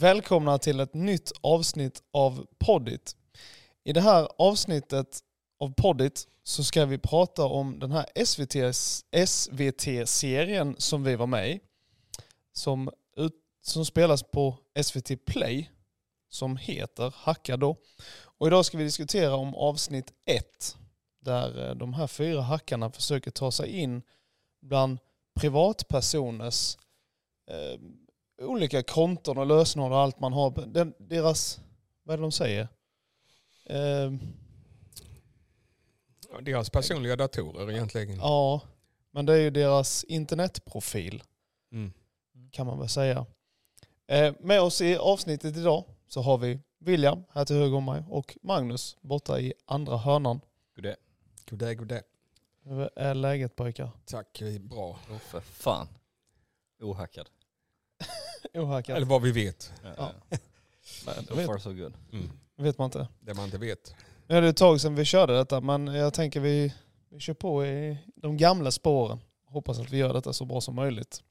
Välkomna till ett nytt avsnitt av Poddit. I det här avsnittet av Poddit så ska vi prata om den här SVT-serien som vi var med i. Som spelas på SVT Play, som heter Hackad då. Och idag ska vi diskutera om avsnitt 1, där de här 4 hackarna försöker ta sig in bland privatpersoners olika konton och lösenord och allt man har. Deras, vad är det de säger? Deras personliga datorer egentligen. Ja, men det är ju deras internetprofil. Kan man väl säga. Med oss i avsnittet idag så har vi William här till höger om mig och Magnus borta i andra hörnan. God dag. Hur är läget pojkar? Tack, bra. För fan. Ohackad. Ohackad. Eller vad vi vet. Ja. Men so far so good. Vet man inte. Det man inte vet. Nu är det ett tag sedan vi körde detta, men jag tänker vi kör på i de gamla spåren. Hoppas att vi gör detta så bra som möjligt.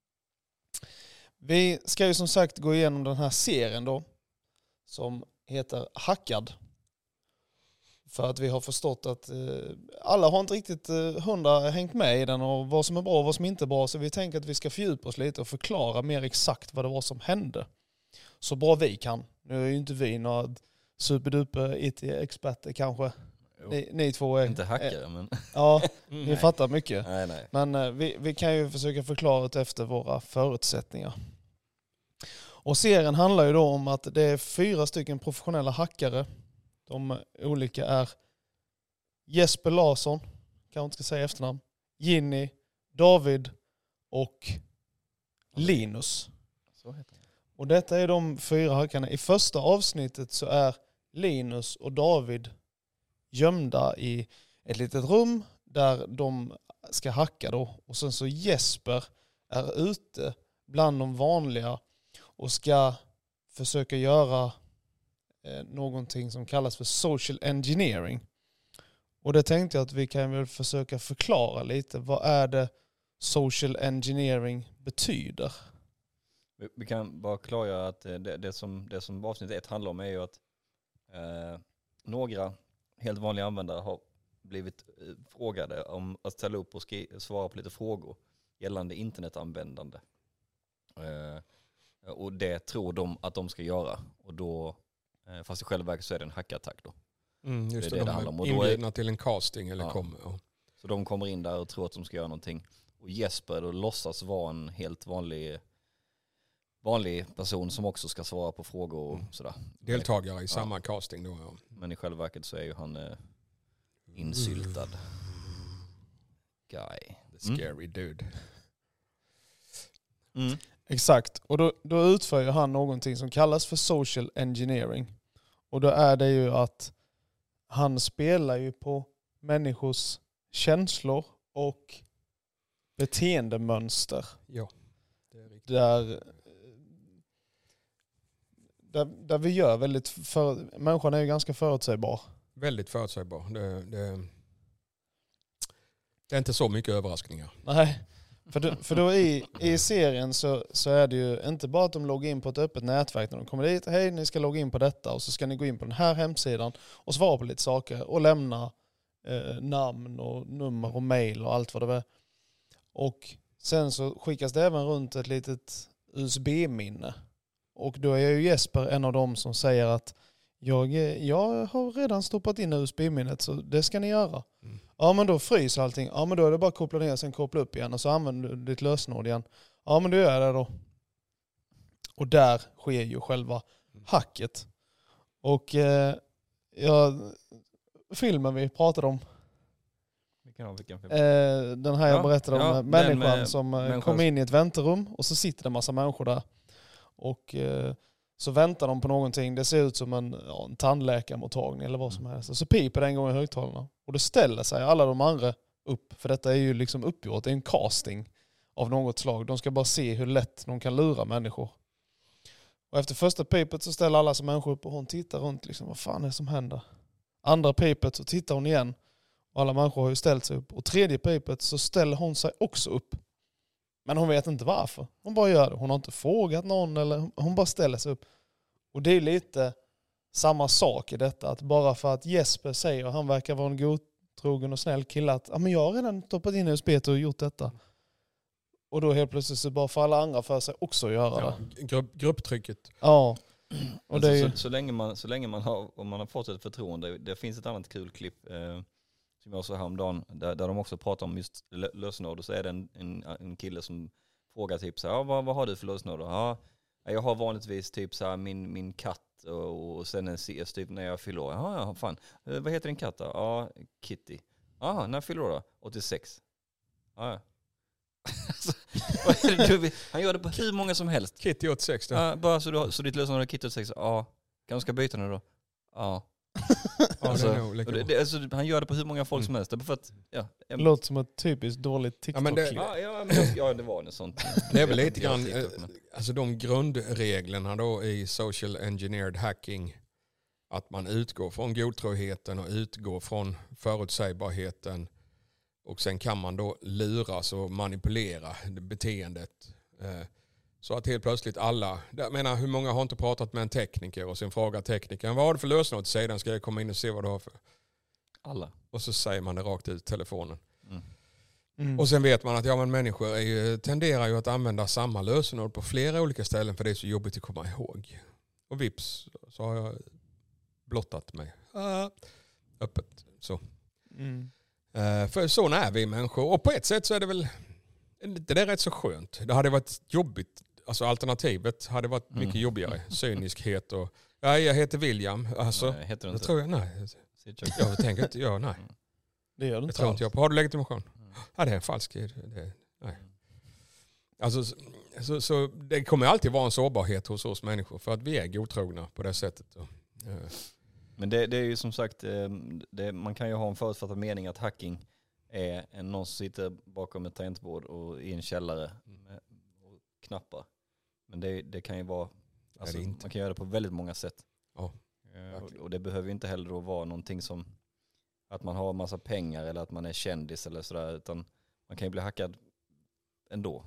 Vi ska ju som sagt gå igenom den här serien då, som heter Hackad. För att vi har förstått att alla har inte riktigt 100 hängt med i den och vad som är bra och vad som inte är bra. Så vi tänker att vi ska fördjupa oss lite och förklara mer exakt vad det var som hände. Så bra vi kan. Nu är ju inte vi några superduper IT-experter kanske. Ni två är... Inte hackare, men... Ja, ni fattar mycket. Nej. Men vi kan ju försöka förklara det efter våra förutsättningar. Och serien handlar ju då om att det är 4 stycken professionella hackare. De olika är Jesper Larsson, kan jag inte säga efternamn, Ginny, David och Linus. Så heter det. Och detta är de 4 hackarna. I första avsnittet så är Linus och David gömda i ett litet rum där de ska hacka då. Och sen så Jesper är ute bland de vanliga och ska försöka göra någonting som kallas för social engineering. Och det tänkte jag att vi kan väl försöka förklara lite. Vad är det social engineering betyder? Vi kan bara klargöra att det som avsnitt 1 handlar om är ju att några helt vanliga användare har blivit frågade om att ställa upp och svara på lite frågor gällande internetanvändande. Och det tror de att de ska göra. Och då, fast i själva verket så är det en hackattack då. Just det handlar om. Och inbjudna till en casting eller kommer. Ja. Så de kommer in där och tror att de ska göra någonting. Och Jesper då låtsas vara en helt vanlig person som också ska svara på frågor och sådär. Deltagare i samma casting då. Ja. Men i själva verket så är ju han insyltad guy. The scary dude. Exakt. Och då utför ju han någonting som kallas för social engineering. Och då är det ju att han spelar ju på människors känslor och beteendemönster. Ja, det är riktigt. Där vi gör väldigt... Människan är ju ganska förutsägbar. Väldigt förutsägbar. Det är inte så mycket överraskningar. Nej, för då i serien så är det ju inte bara att de loggar in på ett öppet nätverk när de kommer dit. Hej, ni ska logga in på detta och så ska ni gå in på den här hemsidan och svara på lite saker och lämna namn och nummer och mejl och allt vad det är. Och sen så skickas det även runt ett litet USB-minne. Och då är ju Jesper en av dem som säger att jag har redan stoppat in USB-minnet så det ska ni göra. Ja, men då fryser allting. Ja, men då är det bara att koppla ner och sen koppla upp igen och så använder du ditt lösenord igen. Ja, men då gör jag det då. Och där sker ju själva hacket. Och filmen vi pratade om. Vilken film? Den här jag berättade om. Människan som kom in i ett väntrum och så sitter det en massa människor där. Och så väntar de på någonting. Det ser ut som en tandläkarmottagning eller vad som helst. Och så piper det en gång i högtalarna. Och då ställer sig alla de andra upp. För detta är ju liksom uppgjort. Det är en casting av något slag. De ska bara se hur lätt de kan lura människor. Och efter första pipet så ställer alla som människor upp och hon tittar runt. Liksom, vad fan är det som händer? Andra pipet så tittar hon igen. Och alla människor har ju ställt sig upp. Och tredje pipet så ställer hon sig också upp. Men hon vet inte varför. Hon bara gör det. Hon har inte frågat någon eller hon bara ställer sig upp. Och det är lite samma sak i detta. Att bara för att Jesper säger, han verkar vara en godtrogen och snäll kille, att men jag har redan toppat in USB och gjort detta. Och då helt plötsligt så bara för alla andra för sig också göra det. Grupptrycket. Ja. Och alltså, det är... så länge man har, om man har fått ett förtroende, det finns ett annat kul klipp som jag såg häromdagen, där de också pratar om just lösenord, och så är det en kille som frågar typ så här, vad har du för lösenord? Ja, jag har vanligtvis typ så här min katt och sen en CS typ när jag fyller år. Ja, fan. Vad heter din katt då? Ja, Kitty. Ja, när fyller du då? 86. Ja. Han gör det på hur många som helst. Kitty 86 då. Bara så ditt lösenord är Kitty 86. Ja, kanske ska byta nu då. Ja. Alltså, han gör det på hur många folk som helst. Det är för att, det låter som ett typiskt dåligt TikTok-klipp. Ja, det var något sånt. Det är väl lite grann, alltså de grundreglerna då i social engineered hacking, att man utgår från godtroheten och utgår från förutsägbarheten, och sen kan man då luras och manipulera beteendet. Så att helt plötsligt alla, jag menar, hur många har inte pratat med en tekniker och sen frågar teknikern, vad har du för lösenord till sidan, ska jag komma in och se vad du har för? Alla. Och så säger man det rakt ut i telefonen. Och sen vet man att men människor tenderar ju att använda samma lösenord på flera olika ställen, för det är så jobbigt att komma ihåg. Och vips så har jag blottat mig. Öppet. Så. För såna är vi människor. Och på ett sätt så är det väl, det är rätt så skönt. Det hade varit jobbigt. Alltså alternativet hade varit mycket jobbigare. Cyniskhet och... Ja, jag heter William. Alltså, nej, heter du inte? Jag tror jag, nej. Jag tänker inte, nej. Det gör du jag inte tror inte jag på. Har du legitimation? Ja, det är en falsk. Nej. Alltså, så det kommer alltid vara en sårbarhet hos oss människor, för att vi är godtrogna på det sättet. Men det är ju som sagt, man kan ju ha en förutfattad mening att hacking är någon som sitter bakom ett tangentbord och i en källare och knappar. Men det kan ju vara, alltså, man kan göra det på väldigt många sätt. Ja, och det behöver ju inte heller då vara någonting som att man har massa pengar eller att man är kändis eller sådär, utan man kan ju bli hackad ändå.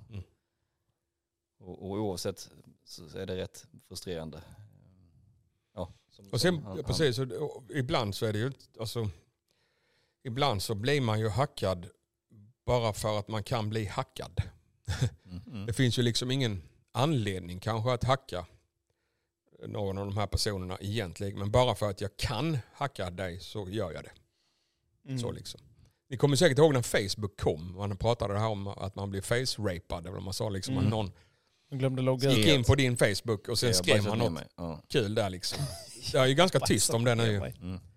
Och oavsett så är det rätt frustrerande. Ja, och sen, precis, och ibland så är det ju, alltså, ibland så blir man ju hackad bara för att man kan bli hackad. Det finns ju liksom ingen anledning kanske att hacka någon av de här personerna egentligen, men bara för att jag kan hacka dig så gör jag det. Så liksom. Ni kommer säkert ihåg när Facebook kom, man pratade det här om att man blir face-rapad, eller man sa liksom att någon gick in på din Facebook och sen skrev man något kul där liksom. Det är ju ganska tyst om det nu.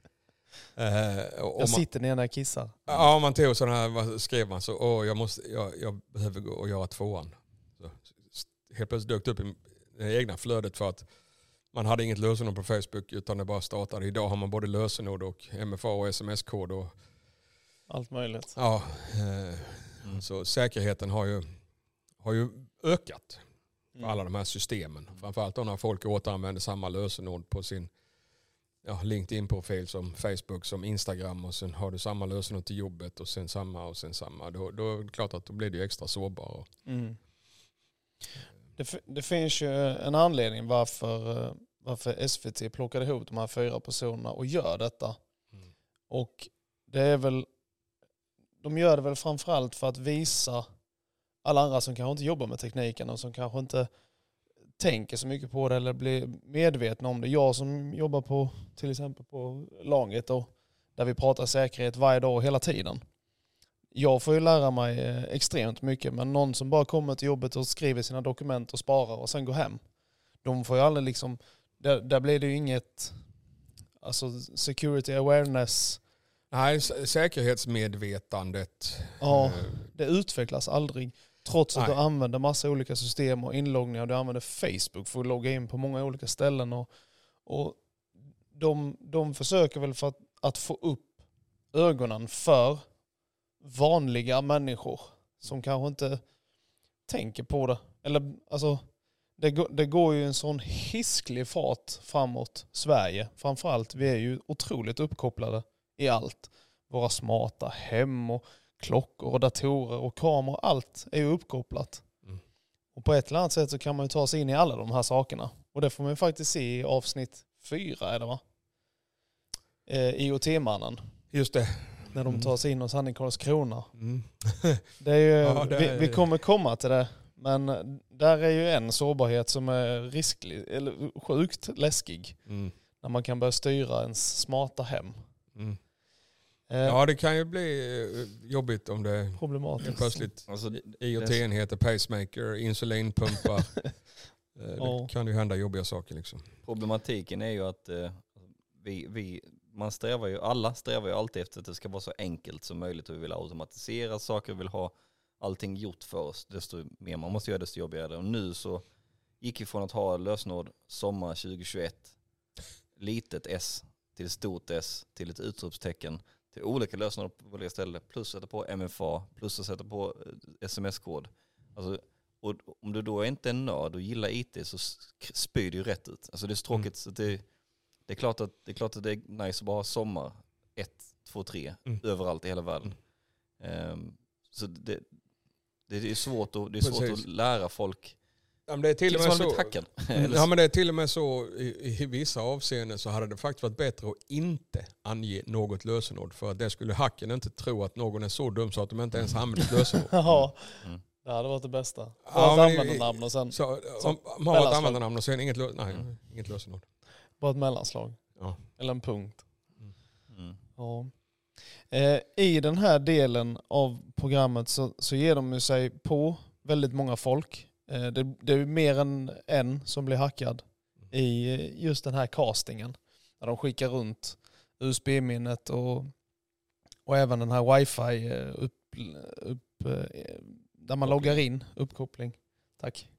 Jag sitter ner när jag kissar. Ja, man tog sådana här, skrev man så, jag behöver gå och göra 2:an. Så, helt plötsligt dök upp i det egna flödet för att man hade inget lösenord på Facebook, utan det bara startade. Idag har man både lösenord och MFA och sms-kod och allt möjligt. Ja, så säkerheten har ju ökat för alla de här systemen. Framförallt när folk återanvänder samma lösenord på sin LinkedIn-profil som Facebook, som Instagram, och sen har du samma lösenord till jobbet och sen samma och sen samma. Då är det klart att då blir det extra sårbar. Det finns ju en anledning varför SVT plockade ihop de här 4 personerna och gör detta. Och det är väl, de gör det väl framförallt för att visa alla andra som kanske inte jobbar med tekniken och som kanske inte tänker så mycket på det eller blir medvetna om det. Jag som jobbar på, till exempel på laget då, där vi pratar säkerhet varje dag hela tiden. Jag får ju lära mig extremt mycket, men någon som bara kommer till jobbet och skriver sina dokument och sparar och sen går hem, de får ju aldrig liksom, där blir det ju inget, alltså security awareness. Nej, säkerhetsmedvetandet. Ja, det utvecklas aldrig. Trots att du använder massa olika system och inloggningar. Du använder Facebook för att logga in på många olika ställen. Och de försöker väl för att få upp ögonen för vanliga människor som kanske inte tänker på det. Eller, alltså, det går ju en sån hisklig fart framåt Sverige. Framförallt, vi är ju otroligt uppkopplade i allt. Våra smarta hem och klockor och datorer och kameror, allt är ju uppkopplat. på ett eller annat sätt så kan man ju ta sig in i alla de här sakerna. Och det får man ju faktiskt se i avsnitt 4, är det va? IoT-mannen. Just det. När de tar sig in hos han i Karlskrona. Mm. Det är ju, vi kommer komma till det. Men där är ju en sårbarhet som är risklig, eller sjukt läskig. Mm. När man kan börja styra ens smarta hem. Mm. Ja, det kan ju bli jobbigt om det problematiskt. Plötsligt IoT-enheter, pacemaker, insulinpumpar. Det kan ju hända jobbiga saker liksom. Problematiken är ju att alla strävar ju alltid efter att det ska vara så enkelt som möjligt och vi vill automatisera saker, vi vill ha allting gjort för oss. Desto mer man måste göra, desto jobbigare. Och nu så gick vi från att ha lösenord sommar 2021, litet S till stort S till ett utropstecken till olika lösenord på olika ställen, plus sätta på MFA, plus att sätta på sms-kod. Alltså, och om du då inte är nörd och gillar IT så spyr det ju rätt ut. Alltså det är så tråkigt så det är klart att det är nice att bara ha sommar 1, 2, 3 överallt i hela världen. Så det är svårt att lära folk. Ja, men det är till och med så. Ja, men det är till och med så i vissa avseenden så hade det faktiskt varit bättre att inte ange något lösenord, för att det skulle hacken inte tro att någon är så dum så att de inte ens använder ett lösenord. Ja. Det hade varit det bästa. Bara ett användarnamn och sen... Man har ett användarnamn och sen inget lösenord. Bara ett mellanslag. Ja. Eller en punkt. Ja. I den här delen av programmet så ger de ju sig på väldigt många folk. Det är mer än en som blir hackad i just den här castingen. När de skickar runt USB-minnet och även den här wifi där man loggar in, uppkoppling. Tack.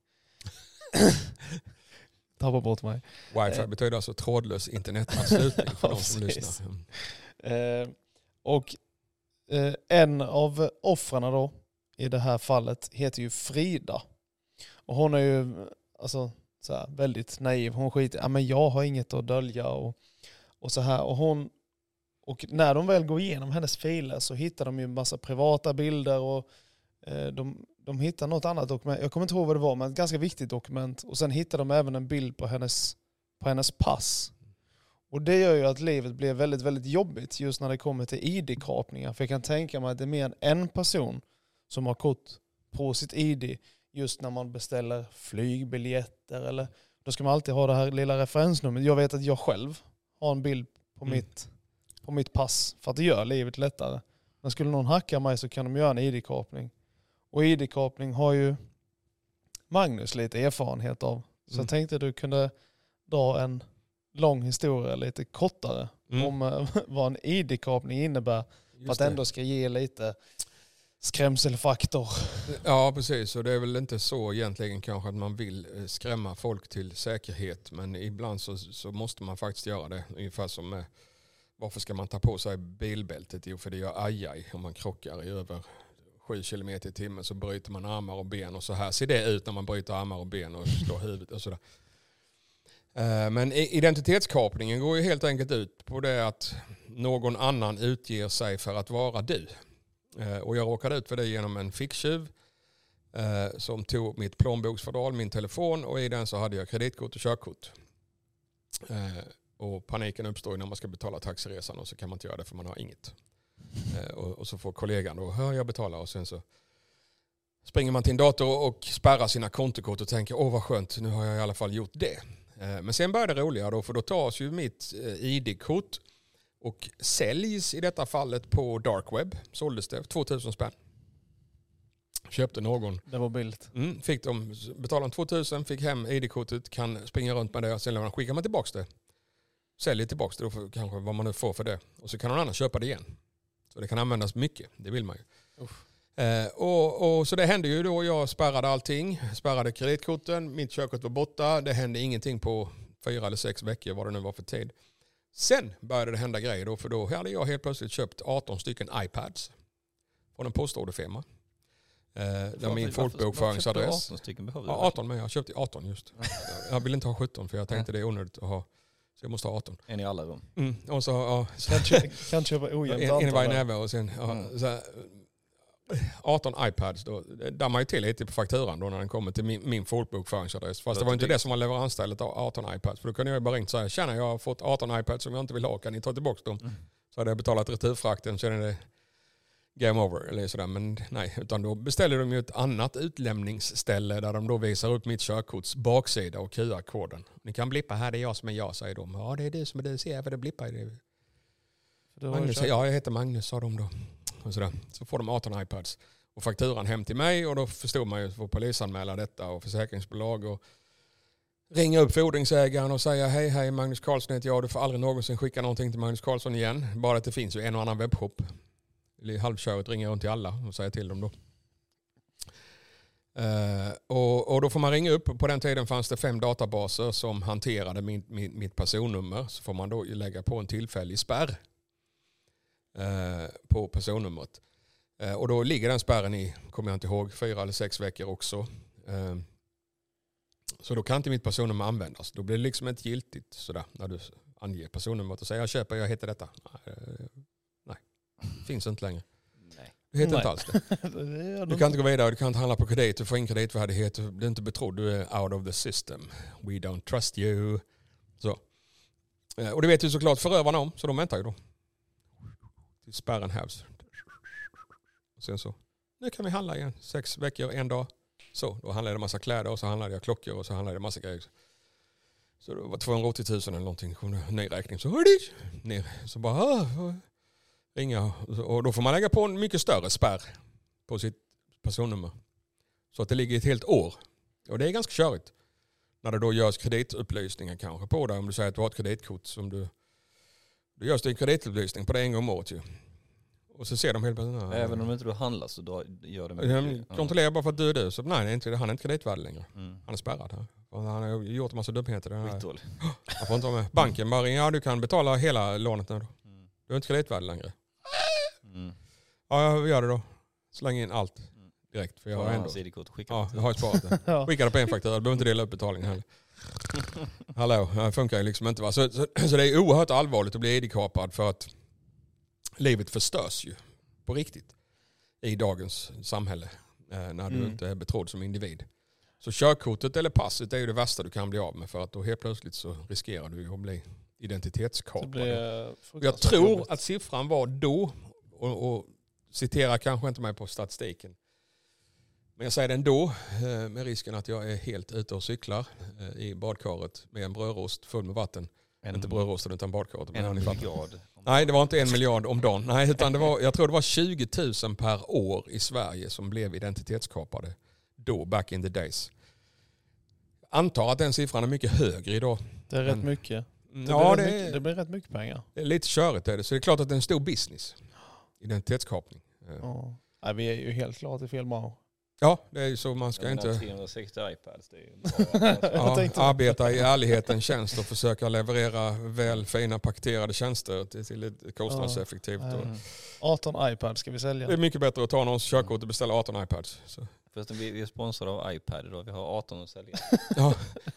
Tappa bort mig. Wifi betyder alltså trådlös internetanslutning för de som lyssnar. Och en av offren då i det här fallet heter ju Frida. Och hon är ju alltså, så här, väldigt naiv. Hon skiter, men jag har inget att dölja och så här. Och när de väl går igenom hennes filer så hittar de ju en massa privata bilder och de hittar något annat dokument. Jag kommer inte ihåg vad det var, men ett ganska viktigt dokument. Och sen hittar de även en bild på hennes pass. Och det gör ju att livet blir väldigt, väldigt jobbigt just när det kommer till ID-kapningar. För jag kan tänka mig att det är mer än en person som har kort på sitt ID just när man beställer flygbiljetter. Eller, då ska man alltid ha det här lilla referensnumret. Jag vet att jag själv har en bild på mitt pass för att det gör livet lättare. Men skulle någon hacka mig så kan de göra en ID-kapning. Och ID-kapning har ju Magnus lite erfarenhet av. Så jag tänkte att du kunde dra en lång historia lite kortare om vad en ID-kapning innebär. För att ändå ska ge lite skrämselfaktor. Ja, precis. Och det är väl inte så egentligen kanske att man vill skrämma folk till säkerhet. Men ibland så måste man faktiskt göra det. Ungefär som med, varför ska man ta på sig bilbältet? Jo, för det gör ajaj om man krockar i över 7 km i timmen så bryter man armar och ben. Och så här ser det ut när man bryter armar och ben och slår huvudet och sådär. Men identitetskapningen går ju helt enkelt ut på det att någon annan utger sig för att vara du. Och jag råkade ut för det genom en ficktjuv som tog mitt plånboksfodral, min telefon, och i den så hade jag kreditkort och körkort. Och paniken uppstår när man ska betala taxiresan och så kan man inte göra det för man har inget. Och så får kollegan då, jag betalar, och sen så springer man till en dator och spärrar sina kontokort och tänker, vad skönt, nu har jag i alla fall gjort det. Men sen börjar det roliga då, för då tas ju mitt ID-kort och säljs i detta fallet på dark web. Såldes det 2000 spänn. Köpte någon. Det var billigt. Fick de betala 2000, fick hem ID-kortet, kan springa runt med det och sen skickar man tillbaka det. Säljer tillbaka det då för kanske vad man nu får för det. Och så kan någon annan köpa det igen. Så det kan användas mycket, det vill man ju. Och så det hände ju då, jag spärrade allting. Spärrade kreditkorten, mitt körkort var borta. Det hände ingenting på 4 eller 6 veckor, vad det nu var för tid. Sen började det hända grejer då, för då hade jag helt plötsligt köpt 18 stycken iPads från en postorderfirma. Där min folkbokföringsadress. 18, men jag köpte 18 just. Jag ville inte ha 17 för jag tänkte det är onödigt att ha. Så jag måste ha 18. En i alla rum. Och så, kan köpa ojämnt en i varje näve och sen. Så 18 iPads då. Där man ju till lite på fakturan då när den kommer till min folkbokföringsadress. Fast det var inte det som var leveransstället av 18 iPads. För då kunde jag bara ringt så här, tjena jag har fått 18 iPads som jag inte vill ha, kan ni ta tillbaka dem? Så hade jag betalat returfrakten, så är det game over eller sådär. Men nej, utan då beställer de ju ett annat utlämningsställe där de då visar upp mitt körkorts baksida och QR-koden. Ni kan blippa här, det är jag som är jag, säger de. Ja, det är du som är du, ser för det blippar i det. Magnus, ja, jag heter Magnus, sa de då. Och sådär. Så får de 18 iPads och fakturan hem till mig, och då förstod man ju att polisanmäla detta och försäkringsbolag och ringa upp fordringsägaren och säga hej Magnus Karlsson heter jag, du får aldrig någonsin skicka någonting till Magnus Karlsson igen. Bara att det finns ju en och annan webbshop. Halvköret ringer runt till alla och säger till dem då. Och då får man ringa upp. På den tiden fanns det 5 databaser som hanterade mitt personnummer. Så får man då lägga på en tillfällig spärr på personnumret. Och då ligger den spärren i, kommer jag inte ihåg, 4 eller 6 veckor också. Så då kan inte mitt personnummer användas. Då blir det liksom inte giltigt sådär när du anger personnumret och säger jag heter detta. Nej, finns inte längre. Nej. Du heter inte alls det. Du kan inte gå vidare, du kan inte handla på kredit, du får ingen kreditvärdighet, du är inte betrodd, du är out of the system. We don't trust you. Så. Och det vet ju såklart förövarna om, så de väntar ju då. Till spärren hävs. Och sen så, nu kan vi handla igen. 6 veckor, 1 dag. Så, då handlade jag massa kläder och så handlade jag klockor och så handlade jag massa grejer. Så det var 280 000 eller någonting, kom det ny räkning. Så ner. Så bara ringa. Och då får man lägga på en mycket större spärr på sitt personnummer. Så att det ligger ett helt år. Och det är ganska körigt. När det då görs kreditupplysningar kanske på det. Om du säger att du har ett kreditkort som du görs det en kreditupplysning på det en gång om året ju. Och så ser de helt plötsligt. Även om inte du handlar så då gör de de kontrollerar bara för att du är du. Så nej, han är inte kreditvärd längre. Han är spärrad här. Och han har gjort en massa dumheter. Han får inte vara med. Banken bara ringer, du kan betala hela lånet nu då. Du är inte kreditvärd längre. Ja, jag gör det då. Släng in allt direkt. För jag har ändå. Jag har sparat det. Skicka det på en faktura. Du behöver inte dela upp betalningen heller. Hallå, det funkar ju liksom inte va. Så det är oerhört allvarligt att bli ID-kapad för att livet förstörs ju på riktigt i dagens samhälle när du inte är betrodd som individ. Så körkortet eller passet är ju det värsta du kan bli av med, för att då helt plötsligt så riskerar du att bli identitetskapad. Jag tror att siffran var då, och citerar kanske inte mig på statistiken, men jag säger den då med risken att jag är helt ute och cyklar i badkaret med en brödrost full med vatten. Inte brödrosten utan badkaret. Nej, det var inte 1 miljard om dagen. Nej, utan jag tror det var 20 000 per år i Sverige som blev identitetskapade då, back in the days. Antar att den siffran är mycket högre idag. Det är rätt mycket. Det blir rätt mycket pengar. Det är lite körigt är det, så det är klart att det är en stor business. Identitetskapning. Nej, vi är ju helt klart i fel bransch. Ja, det är ju så, man ska inte 360 iPads, det är ju bra. Arbeta i ärlighetens tjänst och försöka leverera väl fina paketerade tjänster till ett kostnadseffektivt. 18 iPads ska vi sälja. Det är mycket bättre att ta någons körkort och beställa 18 iPads. Så. Förresten, vi är sponsrade av iPad idag. Vi har 18 att sälja. Ja.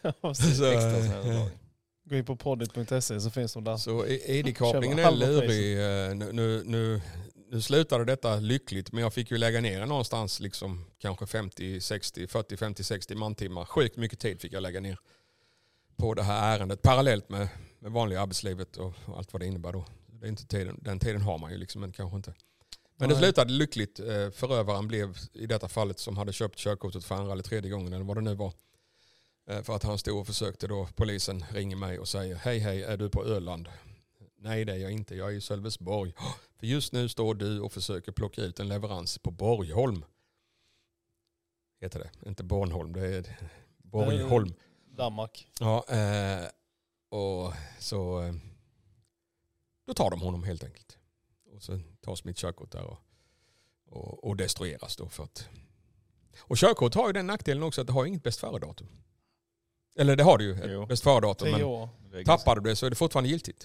Gå in på poddit.se så finns de där. Så ID-kapningen är lurig. Nu slutade detta lyckligt, men jag fick ju lägga ner någonstans liksom kanske 40-50-60 mantimmar. Sjukt mycket tid fick jag lägga ner på det här ärendet parallellt med vanliga arbetslivet och allt vad det innebär då. Det är inte den tiden har man ju liksom, men kanske inte. Men det slutade lyckligt. Förövaren blev i detta fallet som hade köpt körkortet för andra eller tredje gången eller vad det nu var. För att han stod och försökte då. Polisen ringer mig och säger hej, är du på Öland? Nej, det är jag inte. Jag är i Sölvesborg. För just nu står du och försöker plocka ut en leverans på Borgholm. Heter det. Inte Bornholm, det är Borgholm. Danmark. Ja, och så då tar de honom helt enkelt. Och så tas mitt körkort där och destrueras då för att. Och körkort har ju den nackdelen också att det har inget bäst före-datum. Eller det har du ju, ett bäst före-datum. Men tappar du det så är det fortfarande giltigt.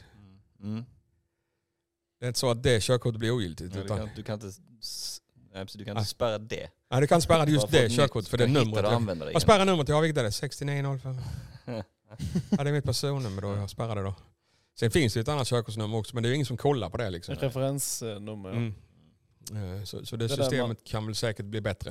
Det är inte så att det körkortet blir ogiltigt. Ja, du kan inte spärra det. Nej, du kan spärra just det körkortet för det numret. Vad spärrar numret? Ja, vilket är det? 6905. Ja, det är mitt personnummer då. Jag spärrar det då. Sen finns det ett annat körkortsnummer också, men det är ju ingen som kollar på det liksom. Referensnummer. Så det systemet kan väl säkert bli bättre.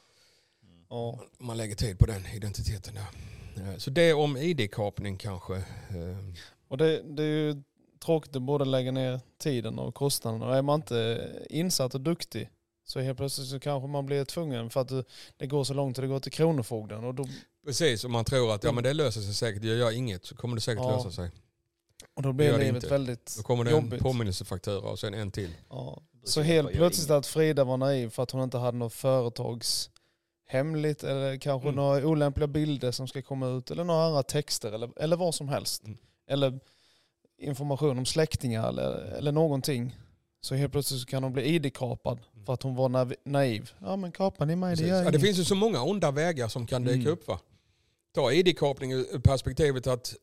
Ja. Man lägger tid på den identiteten där. Så det om ID-kapning kanske. Och det är ju tråkigt att både lägga ner tiden och kostnaden. Och är man inte insatt och duktig så helt plötsligt så kanske man blir tvungen för att det går så långt att det går till Kronofogden. Och då, precis, och man tror att men det löser sig säkert. Gör jag inget så kommer det säkert lösa sig. Och då blir livet väldigt Då kommer det jobbigt. En påminnelsefaktura och sen en till. Ja. Så helt plötsligt att Frida var naiv för att hon inte hade något företagshemligt eller kanske några olämpliga bilder som ska komma ut eller några andra texter eller vad som helst. Eller information om släktingar eller någonting. Så helt plötsligt så kan hon bli ID-kapad för att hon var naiv. Ja men kapar ni mig? Det finns ju så många onda vägar som kan dyka upp va. Ta ID-kapning ur perspektivet att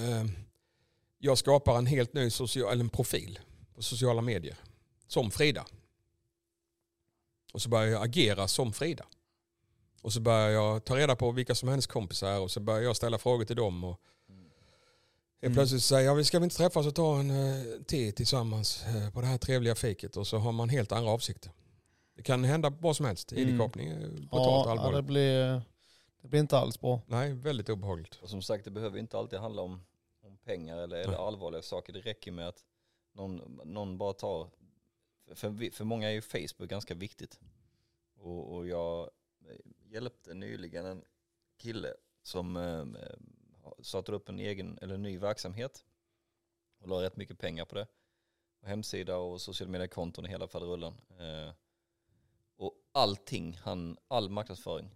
jag skapar en helt ny en profil på sociala medier. Som Frida. Och så börjar jag agera som Frida. Och så börjar jag ta reda på vilka som är hennes kompisar är och så börjar jag ställa frågor till dem. Och plötsligt säger jag, ska vi inte träffas och ta en te tillsammans på det här trevliga fiket och så har man helt andra avsikter. Det kan hända vad som helst. ID-kapning är brutalt allvarligt. Det blir inte alls bra. Nej, väldigt obehagligt. Och som sagt, det behöver inte alltid handla om pengar eller allvarliga saker. Det räcker med att någon bara tar... För många är ju Facebook ganska viktigt. Och jag hjälpte nyligen en kille som startade upp en ny verksamhet och la rätt mycket pengar på det. Hemsida och social media-konton och hela faderullen. Och all marknadsföring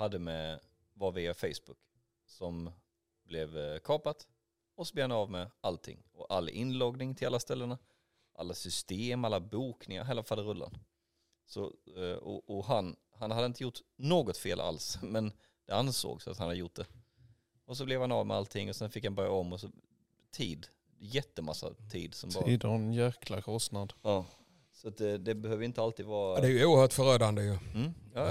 var via Facebook som blev kapat och så blev han av med allting. Och all inloggning till alla ställena, alla system, alla bokningar, hela faderullen. Så, och han hade inte gjort något fel alls, men det ansågs att han hade gjort det. Och så blev han av med allting och sen fick han börja om och så jättemassa tid. Tid och en jäkla kostnad. Ja, så att det behöver inte alltid vara... Ja, det är ju oerhört förödande ju. Ja.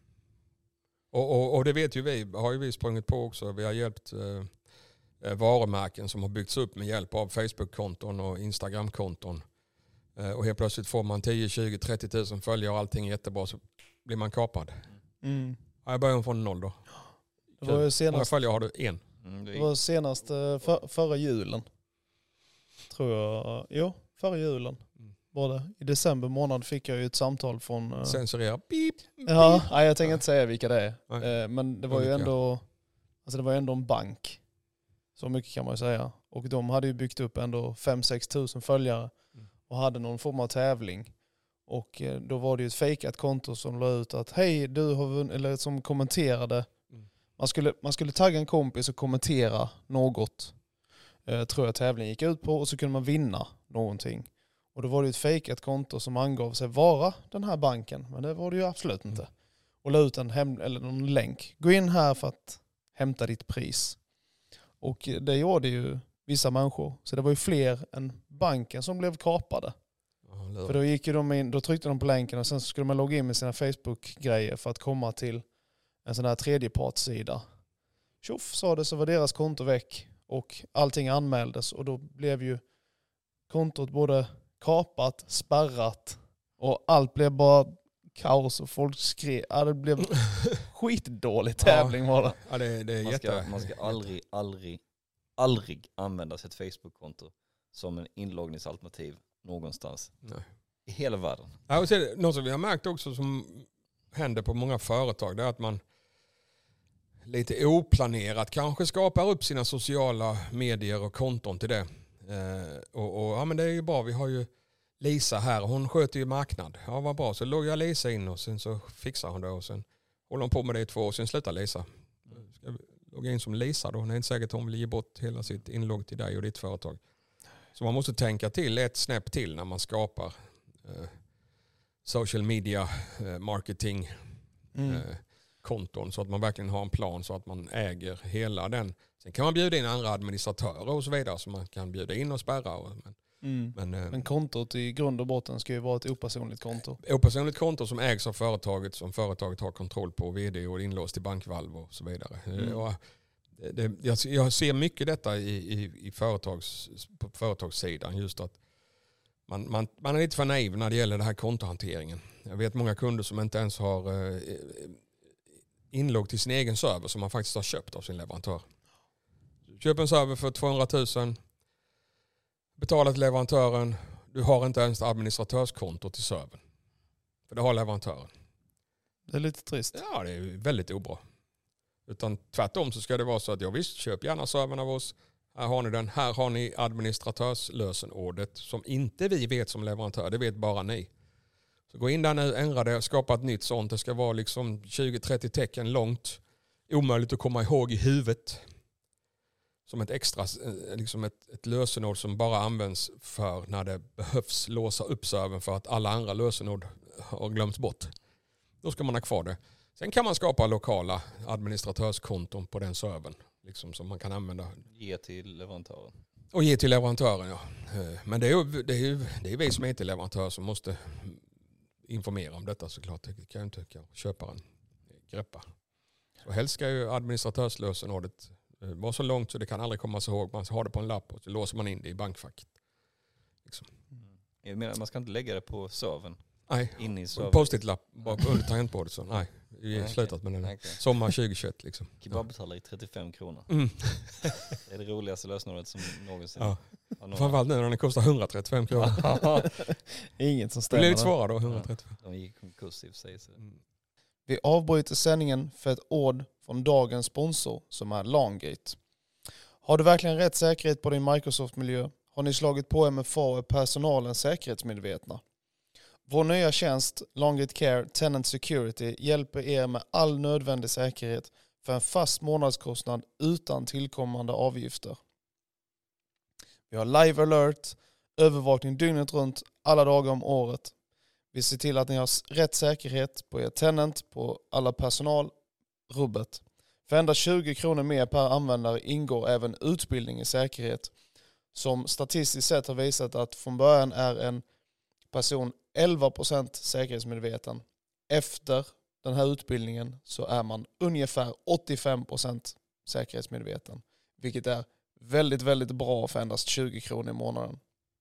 Och det vet ju har ju vi sprungit på också. Vi har hjälpt varumärken som har byggts upp med hjälp av Facebook-konton och Instagram-konton. Och helt plötsligt får man 10, 20, 30 000 följare och allting är jättebra så blir man kapad. Jag börjar från 0 då. Det var ju senast, många följare har du? 1. Det var senast förra julen. Tror jag. Jo, förra julen. Var det. I december månad fick jag ju ett samtal från... Censurera. Beep, beep. Ja, jag tänker inte säga vilka det är. Men det var ju ändå... Alltså det var ändå en bank. Så mycket kan man ju säga. Och de hade ju byggt upp ändå 5-6 tusen följare. Och hade någon form av tävling. Och då var det ju ett fejkat konto som la ut att hej, du har vunnit, eller som kommenterade. Man skulle tagga en kompis och kommentera något. Tror jag tävlingen gick ut på. Och så kunde man vinna någonting. Och då var det ett fejkat konto som angav sig vara den här banken. Men det var det ju absolut inte. Och la ut eller någon länk. Gå in här för att hämta ditt pris. Och det gjorde ju vissa människor. Så det var ju fler än banken som blev kapade. För då gick ju de in, då tryckte de på länken och sen så skulle man logga in med sina Facebook-grejer för att komma till en sån här tredjepartssida. Tjoff, sa det, så var deras konto väck och allting anmäldes och då blev ju kontot både kapat, spärrat och allt blev bara kaos och folk skrev. Ja, det blev skitdålig tävling var det. Ja, det är man ska aldrig använda sitt Facebook-konto som en inloggningsalternativ någonstans. Nej. I hela världen. Ja, och så något som vi har märkt också som händer på många företag, det är att man lite oplanerat kanske skapar upp sina sociala medier och konton till det. Ja, men det är ju bra, vi har ju Lisa här, hon sköter ju marknad. Ja, vad bra, så loggar jag Lisa in och sen så fixar hon det och sen håller hon på med det i 2 år, sen slutar Lisa. Ska vi logga in som Lisa då? Det är inte säkert att hon vill ge bort hela sitt inlogg till dig och ditt företag. Så man måste tänka till ett snäpp till när man skapar social media marketing konton så att man verkligen har en plan så att man äger hela den. Sen kan man bjuda in andra administratörer och så vidare som man kan bjuda in och spärra. Men kontot i grund och botten ska ju vara ett opersonligt konto. Opersonligt konto som ägs av företaget, som företaget har kontroll på, vd och inlåst i bankvalv och så vidare. Jag ser mycket detta på företagssidan, just att man är lite för naiv när det gäller det här kontohanteringen. Jag vet många kunder som inte ens har inlogg till sin egen server som man faktiskt har köpt av sin leverantör. Köp en server för 200 000, betala till leverantören, du har inte ens administratörskonto till servern. För det har leverantören. Det är lite trist. Ja, det är väldigt obra. Utan tvärtom så ska det vara så att visst, köp gärna servern av oss. Här har ni den. Här har ni administratörslösenordet som inte vi vet som leverantör. Det vet bara ni. Så gå in där nu, ändra det, skapa ett nytt sånt. Det ska vara liksom 20-30 tecken långt. Omöjligt att komma ihåg i huvudet. Som ett extra, liksom ett lösenord som bara används för när det behövs låsa upp servern för att alla andra lösenord har glömts bort. Då ska man ha kvar det. Sen kan man skapa lokala administratörskonton på den servern. Liksom, som man kan använda. Ge till leverantören. Och ge till leverantören, ja. Men det är vi som är till leverantör som måste informera om detta såklart. Det kan ju inte köparen greppa. Och helst ska ju administratörslösenordet vara så långt så det kan aldrig komma så ihåg. Man har det på en lapp och så låser man in det i bankfacket. Liksom. Jag menar, man ska inte lägga det på servern. Nej, in i servern. Post-it-lapp bara under tangentbordet. Så nej, vi är slutat med den. Okay. Sommar 2021 liksom. Kebabtallrik 35 kronor. Det är det roligaste lösenordet som någonsin. Ja. Framförallt nu när den kostar 135 kronor. Inget som stämmer. Det blir lite svårare då, 135. De gick konkurs i sig. Vi avbryter sändningen för ett ord från dagens sponsor som är LANgate. Har du verkligen rätt säkerhet på din Microsoft-miljö? Har ni slagit på MFA och är personalen säkerhetsmedvetna? Vår nya tjänst, LANgate Care Tenant Security, hjälper er med all nödvändig säkerhet för en fast månadskostnad utan tillkommande avgifter. Vi har live alert, övervakning dygnet runt, alla dagar om året. Vi ser till att ni har rätt säkerhet på er tenant, på alla personal, rubbet. För endast 20 kronor mer per användare ingår även utbildning i säkerhet. Som statistiskt sett har visat att från början är en person 11% säkerhetsmedveten. Efter den här utbildningen så är man ungefär 85% säkerhetsmedveten. Vilket är väldigt, väldigt bra för endast 20 kronor i månaden.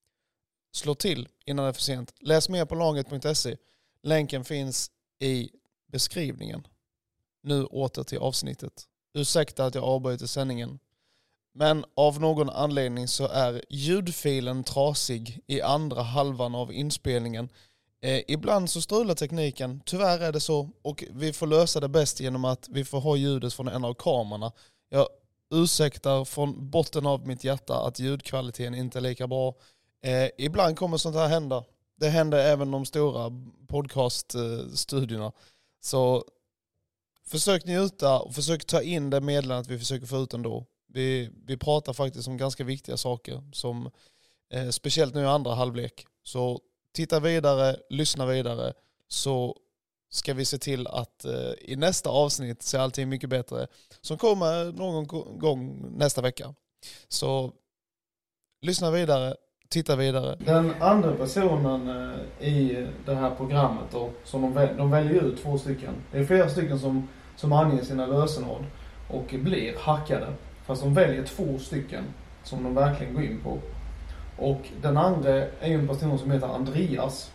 Slå till innan det är för sent. Läs mer på langet.se. Länken finns i beskrivningen. Nu åter till avsnittet. Ursäkta att jag avbryter sändningen. Men av någon anledning så är ljudfilen trasig i andra halvan av inspelningen. Ibland så strular tekniken. Tyvärr är det så. Och vi får lösa det bäst genom att vi får ha ljudet från en av kamerorna. Jag ursäktar från botten av mitt hjärta att ljudkvaliteten inte är lika bra. Ibland kommer sånt här hända. Det händer även de stora podcaststudierna. Så försök njuta och försök ta in det meddelandet vi försöker få ut ändå. Vi pratar faktiskt om ganska viktiga saker. Som, speciellt nu i andra halvlek. Så titta vidare, lyssna vidare. Så ska vi se till att i nästa avsnitt ser allting mycket bättre. Som kommer någon gång nästa vecka. Så lyssna vidare. Titta vidare. Den andra personen i det här programmet då, som de väljer ut 2 stycken. Det är flera stycken som anger sina lösenord och blir hackade. Fast de väljer 2 stycken som de verkligen går in på. Och den andra är en person som heter Andreas.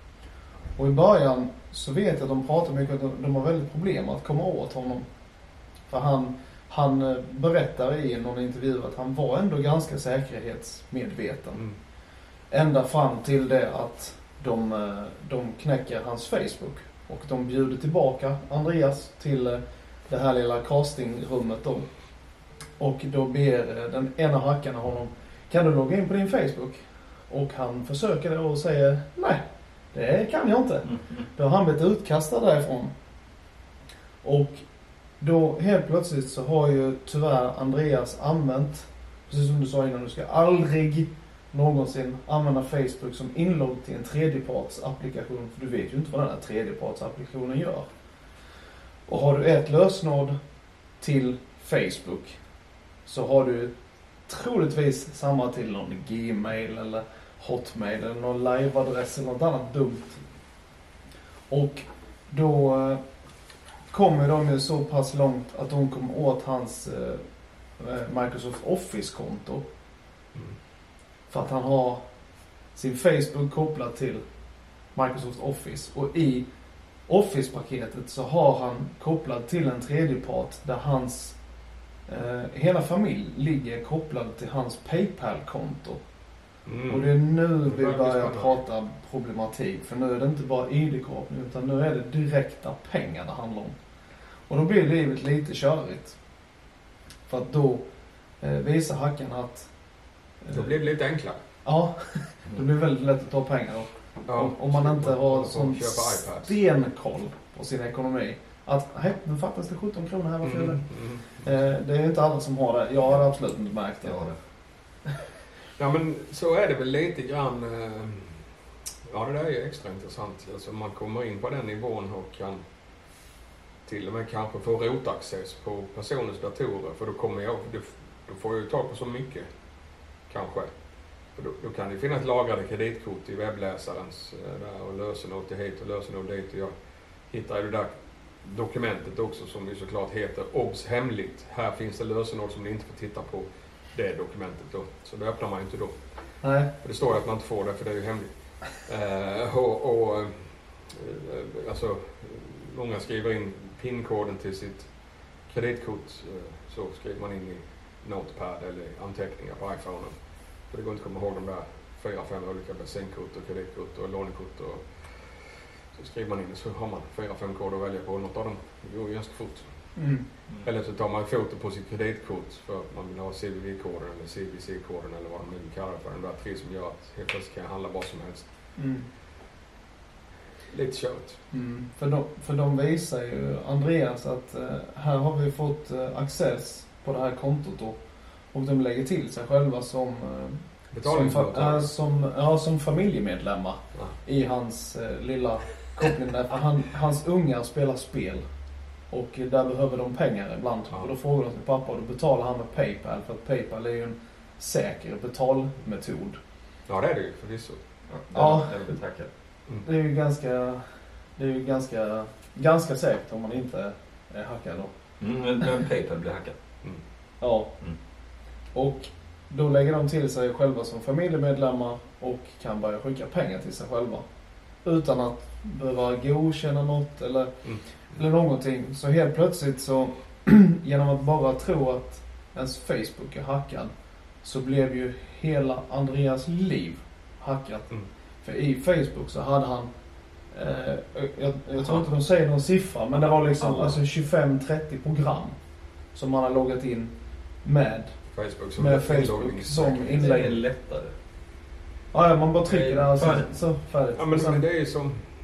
Och i början så vet jag att de pratar mycket att de har väldigt problem att komma åt honom. För han berättar i någon intervju att han var ändå ganska säkerhetsmedveten. Ända fram till det att de knäcker hans Facebook. Och de bjuder tillbaka Andreas till det här lilla castingrummet då. Och då ber den ena hackarna honom, kan du logga in på din Facebook? Och han försöker det och säger, nej, det kan jag inte. Då har han blivit utkastad därifrån. Och då helt plötsligt så har ju tyvärr Andreas använt, precis som du sa innan, du ska aldrig någonsin använda Facebook som inlogg till en tredjepartsapplikation. För du vet ju inte vad den här tredjepartsapplikationen gör. Och har du ett lösenord till Facebook så har du troligtvis samma till någon Gmail eller Hotmail eller någon liveadress eller något annat dumt. Och då kommer de ju så pass långt att de kommer åt hans Microsoft Office-konto. För att han har sin Facebook kopplad till Microsoft Office. Och i Office-paketet så har han kopplad till en tredjepart där hans hela familj ligger kopplad till hans PayPal-konto. Och det är nu vi börjar prata problematik. För nu är det inte bara ID-kapning utan nu är det direkta pengar det handlar om. Och då blir livet lite körigt. För att då visar hackaren att... Då blir det lite enklare. Ja, det blir väldigt lätt att ta pengar då. Ja, om man inte har sån stenkoll på sin ekonomi. Att, nej, nu fattas det 17 kronor här, varför är det? Det är inte alla som har det. Jag har absolut inte märkt det. Ja, men så är det väl lite grann. Ja, det där är ju extra intressant. Alltså man kommer in på den nivån och kan till och med kanske få rotaccess på personens datorer. För då får jag ju tag på så mycket, kanske. För då kan det finnas lagrade kreditkort i webbläsarens där och lösenord till hit och lösenord dit. Och jag hittar ju det där dokumentet också som ju såklart heter obs hemligt. Här finns det lösenord som ni inte får titta på det dokumentet då. Så det öppnar man ju inte då. Nej. För det står att man inte får det för det är ju hemligt. Alltså många skriver in PIN-koden till sitt kreditkort, så skriver man in i Notepad eller anteckningar på iPhonen. För det går inte att komma ihåg de där 4-5 olika bensinkort och kreditkort och lånekort. Och så skriver man in det så har man 4-5 koder att välja på. Något av dem går ganska fort. Eller så tar man en foto på sitt kreditkort för att man vill ha CVV-koden eller CVC-koden eller vad de nu kallar det för. Den där 3 som gör att helt plötsligt kan jag handla vad som helst. Lite kört. För de visar ju Andreas att här har vi fått access på det här kontot då. Och de lägger till sig själva som familjemedlemmar i hans lilla koppling där. För hans ungar spelar spel. Och där behöver de pengar ibland. Och då frågar de till pappa och då betalar han med PayPal. För att PayPal är ju en säker betalmetod. Ja, det är det ju förvisso. Ja, den betackar. Det är ju ganska säkert om man inte är hackad då. Men PayPal blir hackad. Ja. Och då lägger de till sig själva som familjemedlemmar och kan börja skicka pengar till sig själva. Utan att behöva godkänna något eller någonting. Så helt plötsligt så genom att bara tro att ens Facebook är hackad så blev ju hela Andreas liv hackat. För i Facebook så hade han jag tror inte de säger någon siffra, men det var liksom alltså 25-30 program som han har loggat in med Facebook som inlägg. Det är lättare. Ja, man bara trycker där och så färdigt. Ja, men det är ju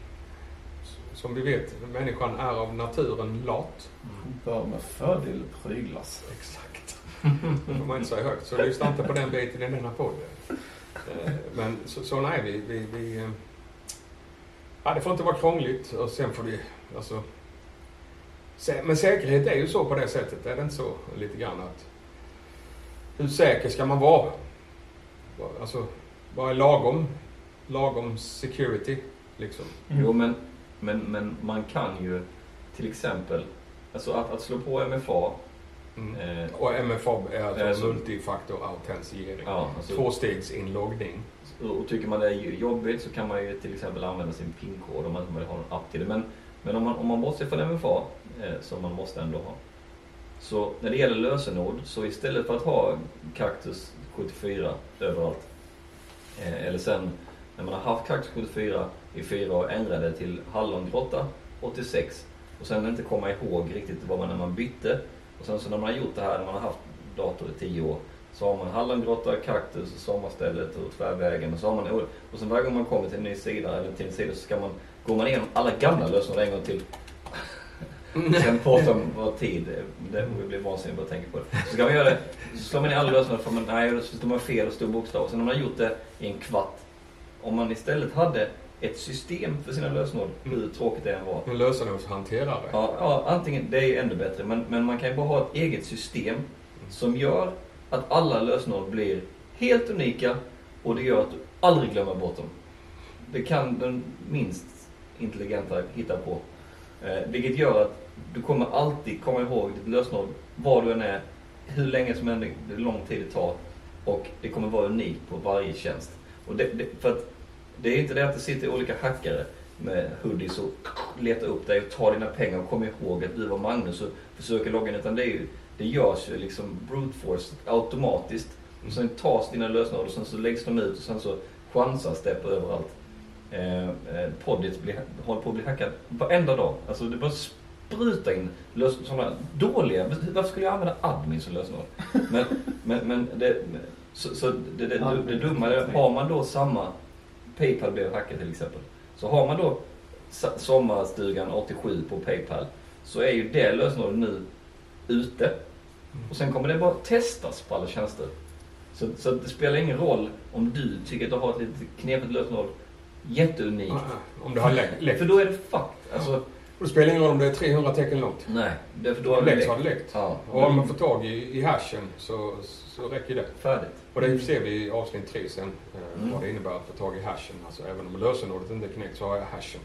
som vi vet, människan är av naturen lat. Bör med fördel pryglas. Exakt. Det får man inte säga högt. Så lyssna inte på den biten i denna podd. Men så nej, vi ja, det får inte vara krångligt och sen får vi alltså, men säkerhet är ju så på det sättet, är det inte så lite grann att hur säker ska man vara? Alltså, vad är lagom security liksom? Jo, men man kan ju till exempel alltså att slå på MFA. Och MFA är alltså multifaktor-autentisering. Ja, alltså, 2-stegsinloggning. Och tycker man det är jobbigt så kan man ju till exempel använda sin PIN-kod om man inte vill ha en app till det. Men om man bortser från MFA, som man måste ändå ha. Så när det gäller lösenord, så istället för att ha Cactus 74 överallt, eller sen när man har haft Cactus 74 i 4 år, ändrade till Hallongrotta 86 och sen inte komma ihåg riktigt vad man när man bytte. Och sen så när man har gjort det här, när man har haft dator i 10 år, så har man Hallongrotta, Cactus, Sommarstället och Tvärvägen. Och, så har man, och sen varje gång man kommer till en ny sida eller till en sida så går man igenom alla gamla lösenord en gång till. Sen pratar om vad tid, det blir vansinnigt att tänka på det. Så ska man göra det, så slår man i alla lösenord för nej, så står man fel och stor bokstav. Och sen har man gjort det i en kvart. Om man istället hade ett system för sina lösenord, hur tråkigt det än var. En lösenordshanterare. Ja, antingen, det är ju ännu bättre. Men man kan ju bara ha ett eget system som gör att alla lösenord blir helt unika och det gör att du aldrig glömmer bort dem. Det kan den minst intelligenta hitta på. Vilket gör att du kommer alltid komma ihåg ditt lösenord, var du än är, hur länge som än hur lång tid det tar, och det kommer vara unikt på varje tjänst. Och för att det är inte det att det sitter olika hackare med hoodies och letar upp dig och tar dina pengar och kommer ihåg att du var Magnus och försöker logga in, utan det görs ju liksom brute force automatiskt. Och sen tas dina lösenord och sen så läggs de ut och sen så chansas det på överallt. Poddit håller på att bli hackad varenda dag. Alltså det bara spruta in sådana dåliga. Varför skulle jag använda admin som lösenord? Men det dumma är, har man då samma PayPal blev hackad till exempel. Så har man då sommarstugan 87 på PayPal, så är ju det lösenordet nu ute. Och sen kommer det bara testas på alla tjänster. Så det spelar ingen roll om du tycker att du har ett lite knepigt lösenord. Jätteunikt. Om det har läckt. För då är det fucked. Alltså, det spelar ingen roll om det är 300 tecken långt. Nej, för då har det läckt. Ja. Och om man får tag i hashen så räcker det. Färdigt. Och det ser vi i avsnitt 3 sen. Vad det innebär att få tag i hashen. Alltså även om lösenordet inte är knäckt så har jag hashen.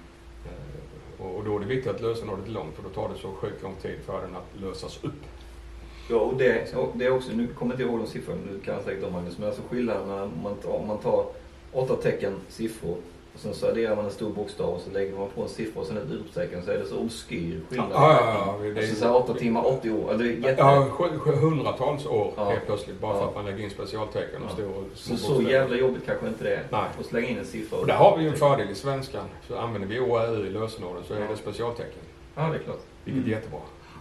Och då är det viktigt att lösenordet är långt, för då tar det så sjukt lång tid för den att lösas upp. Ja, och det är också, nu kommer jag inte ihåg de siffrorna, nu kan jag säkert om Magnus, men alltså skillnaden när man tar 8 tecken siffror och sen så adderar man en stor bokstav och så lägger man på en siffra och sen ett utropstecken, så är det så obskyr skillnad. Det är så 8 timmar, 80 år. Det är hundratals år helt plötsligt, bara för att man lägger in specialtecken och så jävla jobbigt kanske inte det är. Nej. Och slänga in en siffra. Och där har vi ju en fördel i svenskan. Så använder vi OAU i lösenorden så är det specialtecken. Ja, det är klart. Vilket är jättebra.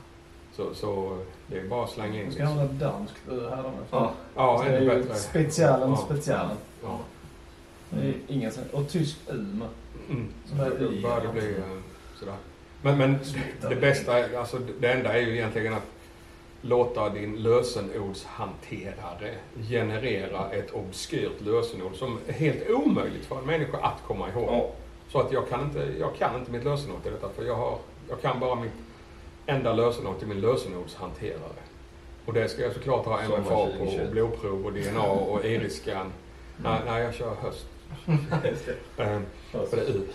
Så det är bara att slänga in. Du ska använda danskt här då. Ja, ännu bättre. Specialen. Ja. Det är inga sån. Och tysk med. Som är då bör det bli sådär. Men det bästa, alltså det enda är ju egentligen att låta din lösenordshanterare generera ett obskyrt lösenord som är helt omöjligt för en människa att komma ihåg. Ja. Så att jag kan inte mitt lösenord till detta, för jag kan bara mitt enda lösenord till min lösenordshanterare. Och det ska jag såklart ha MFA på, och blodprov och DNA och iris-scan. Nej, jag kör höst. För det är ut.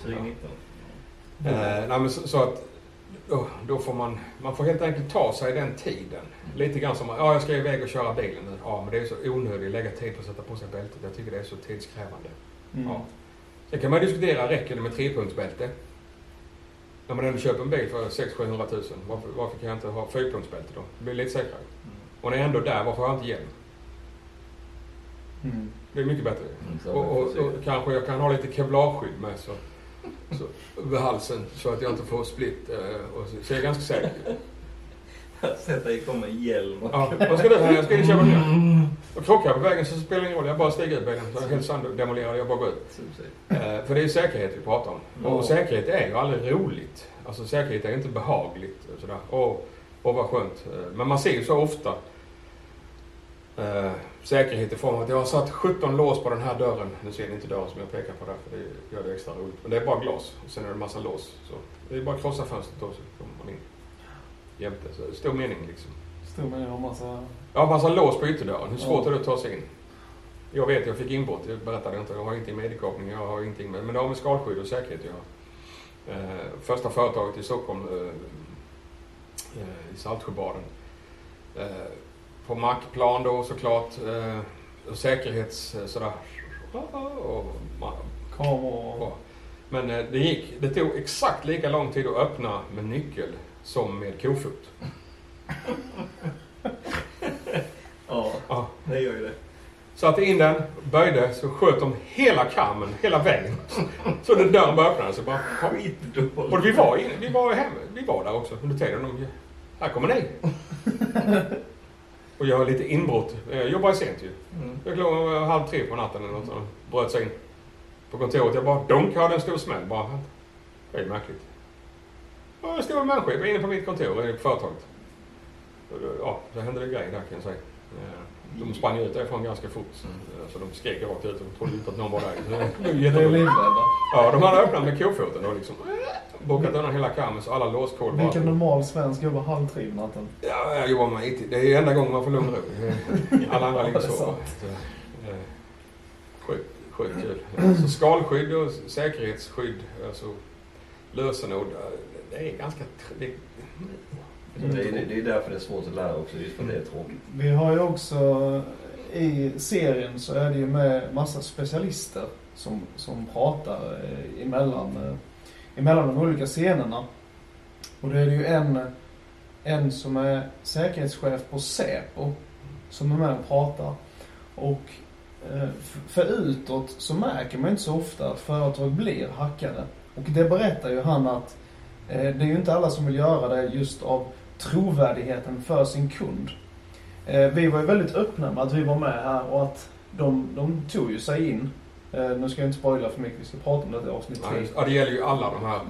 Nej, men så att då får man får helt enkelt ta sig den tiden. Lite grann som jag ska iväg och köra bilen nu. Ja, men det är så onödigt att lägga tid på att sätta på sig bältet. Jag tycker det är så tidskrävande. Ja. Sen kan man diskutera, räcker det med 3-punktsbälte? När man ändå köper en bil för 600-700 000, varför kan jag inte ha 4-punktsbälte då? Det blir lite säkrare. Och när jag ändå där, varför har jag inte hjälm? Det är mycket bättre. Och kanske jag kan ha lite kevlarskydd med så över halsen så att jag inte får split. Så jag är ganska säker. Sätta i kommer hjälm. Ja, vad ska du här? Jag ska köpa nu. Och krockar på vägen så spelar det ingen roll. Jag bara stiger ut bilen. Så jag helt sanddemolerad. Jag bara går ut. För det är säkerhet vi pratar om. Och säkerhet är ju aldrig roligt. Alltså säkerhet är inte behagligt. Sådär. Och vad skönt. Men man ser ju så ofta säkerhet i form av att jag har satt 17 lås på den här dörren. Nu ser ni inte dörren som jag pekar på där, för det gör det extra roligt. Men det är bara glas och sen är det en massa lås. Så det är bara att krossa fönstret och så kommer man in jämte. Så det är stor mening liksom. Stor mening har massa... Jag har massa lås på ytterdörren. Hur svårt är det att ta sig in? Jag vet, jag fick inbrott. Jag berättade inte. Jag har ingenting med medikapning. Jag har ingenting med... Men det har med skalskydd och säkerhet jag har. Första företaget i Stockholm i Saltsjöbaden. På markplan då såklart. Säkerhets... Sådär. Kameror. Men det tog exakt lika lång tid att öppna med nyckel som med kofot. Ja, det gör ju det. Satte in den, böjde, så sköt de hela kammen, hela vägen. Så den dörren bara öppnade sig. Bara, och vi var där också under tiden. Här kommer ni. Och jag har lite inbrott. Jag jobbar sent ju. Jag klog 2:30 på natten eller något. Bröt sig in på kontoret. Jag bara hade en stor smäll. Bara, det är märkligt. Jag stod en människa inne på mitt kontor i företaget. Ja, så hände det grejer där kan jag säga. De sprang ut därifrån ganska fort. Så de skrek rakt ut och trodde inte att någon var där. Ja, de hade öppnat med kofoten och liksom bockat undan hela kammen så alla låskål var... Vilken normal svensk jobbar 2:30 på natten? Ja, jag jobbar med IT. Det är enda gången man får lugn ro. Alla andra ligger så. Sjukt kul. Så skalskydd och säkerhetsskydd, alltså lösenord, det är ganska... Det är därför det är svårt att lära också, just för det är tråkigt. Vi har ju också i serien så är det ju med massa specialister som pratar emellan de olika scenerna. Och då är det ju en som är säkerhetschef på Säpo som är med och pratar. Och för utåt så märker man inte så ofta att företag blir hackade. Och det berättar ju han att det är ju inte alla som vill göra det just av trovärdigheten för sin kund. Vi var ju väldigt öppna med att vi var med här och att de tog ju sig in. Nu ska jag inte spoila för mycket, vi ska prata om det i avsnitt 3. Ja, det gäller ju alla de här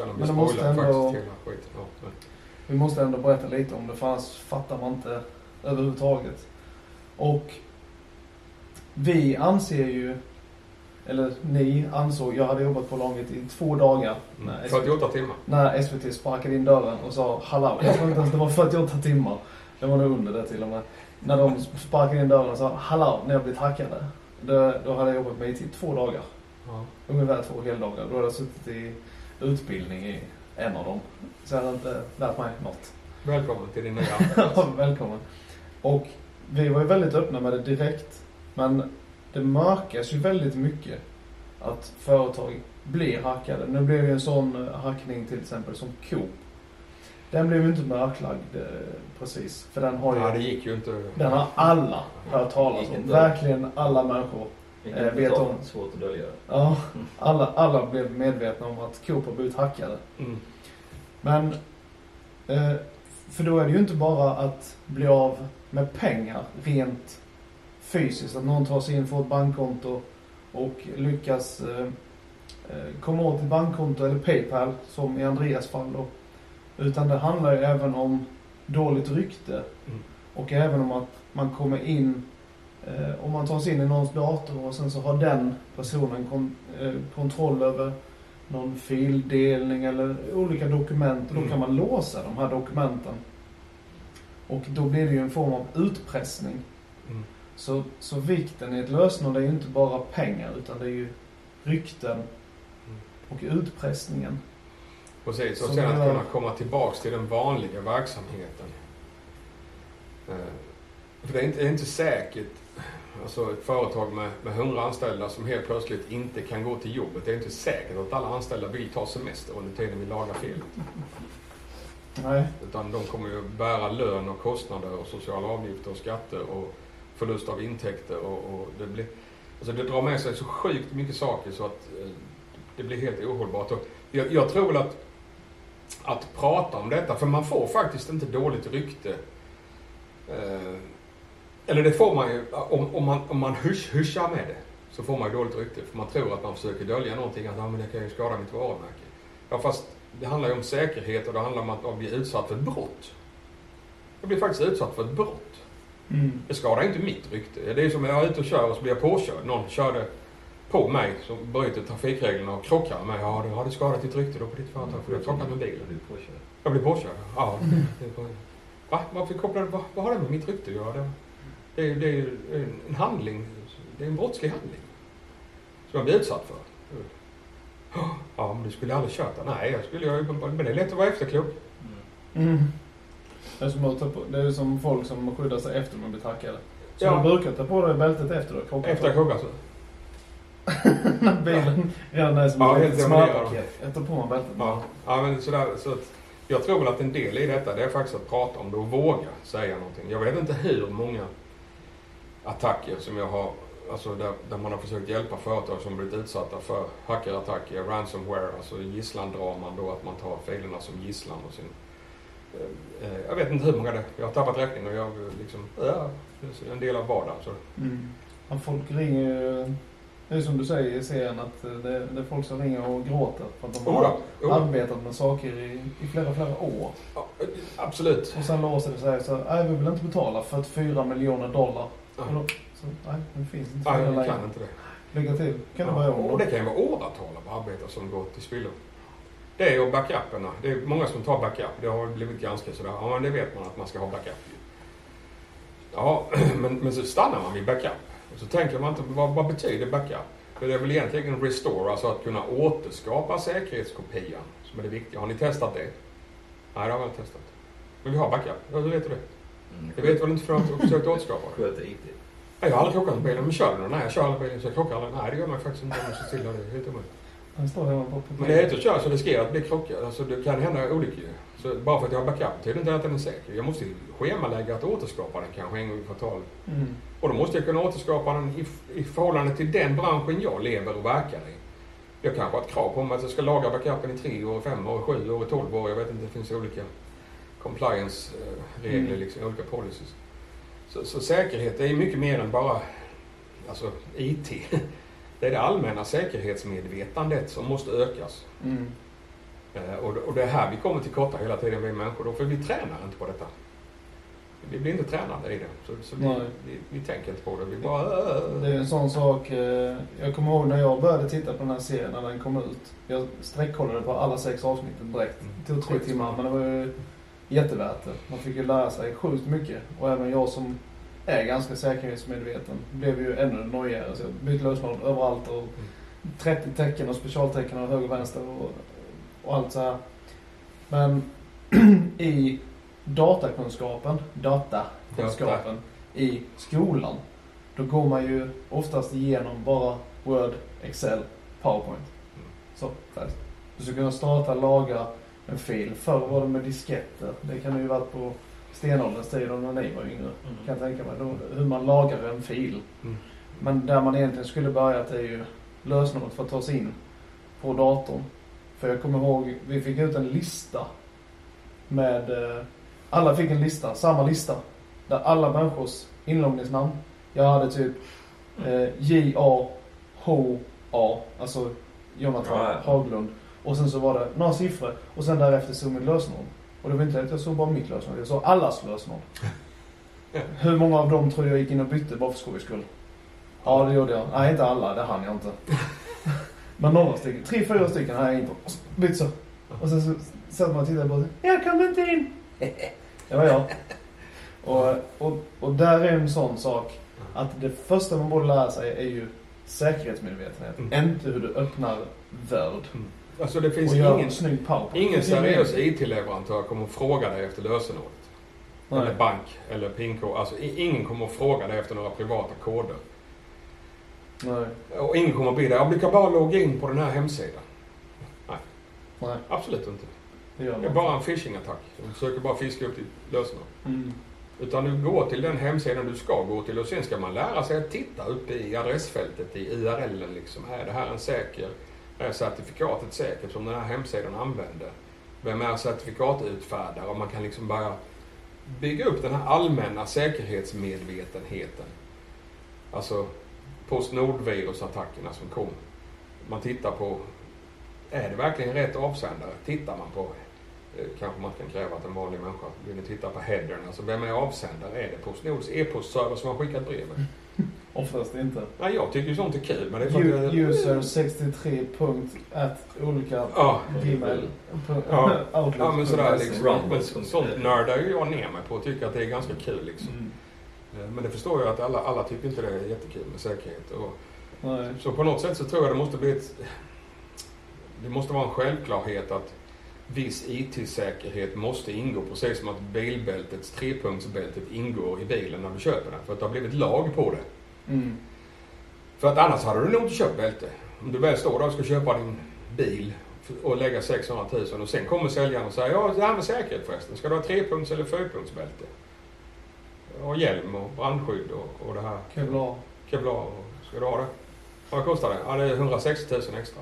vi måste ändå berätta lite om det, för annars fattar man inte överhuvudtaget. Och vi anser ju, eller ni ansåg, jag hade jobbat på Långvit i 2 dagar. 48 timmar. När SVT sparkade in dörren och sa hallå, jag tror inte ens det var 48 timmar. Det var nog under det till och med. När de sparkade in dörren och sa hallå, ni har blivit hackade. Då hade jag jobbat med IT i 2 dagar. Ja. Ungefär 2 heldagar. Då hade jag suttit i utbildning i en av dem. Så jag hade inte lärt mig något. Välkommen till din nya Ja, välkommen. Och vi var ju väldigt öppna med det direkt. Men det mörkas ju väldigt mycket att företag blir hackade. Nu blev ju en sån hackning till exempel som Coop. Den blev ju inte mörklagd precis. För den har ju... Ja, det gick ju inte... Den har alla hört talas om. Verkligen alla människor vet om. Svårt att dölja. Ja, alla blev medvetna om att Coop har blivit hackade. Mm. Men... För då är det ju inte bara att bli av med pengar rent fysiskt. Att någon tar sig in för ett bankkonto och lyckas komma åt ett bankkonto eller PayPal, som i Andreas fall då. Utan det handlar ju även om dåligt rykte. Mm. Och även om att man kommer in, om man tar sig in i någons dator och sen så har den personen kontroll över någon fildelning eller olika dokument. Och då kan man låsa de här dokumenten. Och då blir det ju en form av utpressning. Mm. Så vikten i ett lösenord är ju inte bara pengar, utan det är ju rykten och utpressningen. Precis, och sen att kunna komma tillbaks till den vanliga verksamheten. För det är inte säkert, alltså ett företag med 100 anställda som helt plötsligt inte kan gå till jobbet. Det är inte säkert att alla anställda vill ta semester under tiden vi lagar fel. Nej. Utan de kommer ju bära lön och kostnader och sociala avgifter och skatter och förlust av intäkter och det blir, alltså det drar med sig så sjukt mycket saker så att det blir helt ohållbart. Och jag tror väl att prata om detta, för man får faktiskt inte dåligt rykte. Eller det får man ju, om man huschar med det, så får man ju dåligt rykte. För man tror att man försöker dölja någonting, att men det kan ju skada mitt varumärke. Ja, fast det handlar ju om säkerhet och det handlar om att bli utsatt för ett brott. Jag blir faktiskt utsatt för ett brott. Mm. Det skadar inte mitt rykte. Det är som när jag är ute och kör och så blir jag påkörd. Någon körde på mig som bryter trafikreglerna och krockar med mig. Ja, det hade skadat ditt rykte då på ditt företag för du har krockat med bilen. Jag blir påkörd. Ja. Va? Varför kopplar du? Vad har det med mitt rykte att göra? Det är ju en handling. Det är en brottslig handling. Som jag blir utsatt för. Ja, men du skulle aldrig kört det. Nej, jag skulle ju... Men det är lätt att vara efterklok. Mm. Det är som att det är som folk som skyddar sig efter man blir tackade. Så ja. du brukar ta på dig bältet efter att krocka. Efter att krocka så. När bilen redan är som ett smörpaket. Jag tar på mig bältet. Ja, men sådär, så att jag tror väl att en del i detta det är faktiskt att prata om det och våga säga någonting. Jag vet inte hur många attacker som jag har, alltså där man har försökt hjälpa företag som blivit utsatta för hackerattacker, ransomware, alltså gisslandraman då, att man tar filerna som gisslan och sin... Jag vet inte hur många det är. Jag har tappat räkning och jag liksom, det är en del av vardagen. Så. Mm. Ja, folk ringer, det är som du säger i serien, att det är folk som ringer och gråter för att de har arbetat med saker i flera år. Ja, absolut. Och sen låser det sig så nej, vi vill inte betala $44 miljoner. Ja. Så nej, det finns inte. Nej, vi kan inte det. Lycka till. Kan det vara och det kan ju vara åratal av arbete som går till spillo. Det är ju backuperna. Det är många som tar backup. Det har blivit ganska sådär. Ja, men det vet man att man ska ha backup. Ja, men så stannar man vid backup. Och så tänker man inte, vad betyder backup? För det är väl egentligen restore, alltså att kunna återskapa säkerhetskopian som är det viktiga. Har ni testat det? Nej, det har jag inte testat. Men vi har backup. Ja, hur vet du det? Det vet väl inte för att försöka återskapa? Sköter IT. Jag har aldrig krockat med bilen, men kör den. Nej, jag kör bilen så jag krockar aldrig. Nej, det gör man faktiskt inte. Jag måste till det är helt omöjligt. Men det är inte att köra så riskerar att bli krockad. Alltså det kan hända olyckor. Så bara för att jag har backup betyder inte att den är säker. Jag måste schemalägga att återskapa den kanske en gång i kvartalet. Och då måste jag kunna återskapa den i förhållande till den branschen jag lever och verkar i. Jag kanske har ett krav på mig att jag ska laga backupen i 3 år, 5 år, 7 år, 12 år. Jag vet inte, det finns olika compliance-regler, liksom, olika policies. Så säkerhet är mycket mer än bara alltså, IT. Det är det allmänna säkerhetsmedvetandet som måste ökas. Och det är här vi kommer till korta hela tiden, vi människor. För vi tränar inte på detta. Vi blir inte tränade i det. Så vi tänker inte på det. Vi bara... Det är en sån sak. Jag kommer ihåg när jag började titta på den här serien när den kom ut. Jag sträckkollade på alla 6 avsnitten direkt. Det tog 3 timmar, men det var ju jättevärt det. Man fick ju lära sig sjukt mycket. Och även jag som är ganska säkerhetsmedveten blev ju ännu nojigare. Så jag bytte lösenord överallt och 30 tecken och specialtecken och höger och vänster och allt så här. Men i datakunskapen i skolan, då går man ju oftast igenom bara Word, Excel, PowerPoint. Så, fast. Du ska kunna starta, laga en fil. Förr var det med disketter. Det kan ju varit på stenålderns tid när ni var yngre. Kan jag tänka mig. Då, hur man lagar en fil. Men där man egentligen skulle börja är ju lösenord för att ta sig in på datorn. För jag kommer ihåg, vi fick ut en lista med... alla fick en lista, samma lista. Där alla människors inloggningsnamn. Jag hade typ J-A-H-A. Alltså Jonathan Haglund. Och sen så var det några siffror. Och sen därefter såg mitt lösenord. Och det var inte att jag såg bara mitt lösenord. Jag såg allas lösenord. Hur många av dem tror jag gick in och bytte bara för skojs skull? Ja, det gjorde jag. Nej, inte alla. Det hann jag inte. Men några stycken. 3-4 stycken här in på. Bytte så. Och sen så satt man och tittade på det. Jag kommer inte in. Det var jag. Och där är en sån sak. Att det första man borde lära sig är ju säkerhetsmedvetenhet. Inte hur du öppnar Word. Alltså det finns ingen seriös IT-leverantör kommer att fråga dig efter lösenordet. Nej. Eller bank eller PIN-kod. Alltså ingen kommer att fråga dig efter några privata koder. Nej. Och ingen kommer att be dig, jag brukar bara logga in på den här hemsidan. Nej. Absolut inte. Det är bara en phishing-attack. De försöker bara fiska upp ditt lösenord. Utan du går till den hemsidan du ska gå till och sen ska man lära sig att titta uppe i adressfältet i URLen liksom. Är det här en säker, är certifikatet säkert som den här hemsidan använder? Vem är certifikatutfärdare? Och man kan liksom bara bygga upp den här allmänna säkerhetsmedvetenheten. Alltså PostNord-virusattackerna som kom. Man tittar på, är det verkligen rätt avsändare? Tittar man på, kanske man kan kräva att en vanlig människa vill titta på headern. Alltså vem är avsändare? Är det PostNords e-postserver som har skickat brevet? Oftast inte. Nej, jag tycker ju sånt är kul. Men det är för att user 63. Olika Gmail. Ja, men sådär liksom. Men sånt nördar ju jag ner mig på och tycker att det är ganska kul liksom. Men det förstår jag att alla tycker inte det är jättekul med säkerhet. Så på något sätt så tror jag det måste bli det måste vara en självklarhet att viss IT-säkerhet måste ingå, precis som att bilbältets 3-punktsbältet ingår i bilen när du köper den. För att det har blivit lag på det. För att annars hade du nog inte köpt bälte. Om du väl står där och ska köpa din bil och lägga 600 000 och sen kommer säljaren och säger ja, det här med säkerhet förresten. Ska du ha 3-punkts eller 4-punktsbälte? Och hjälm och brandskydd och det här. Kevlar. Ska du ha det? Vad kostar det? Ja, det är 160 000 extra.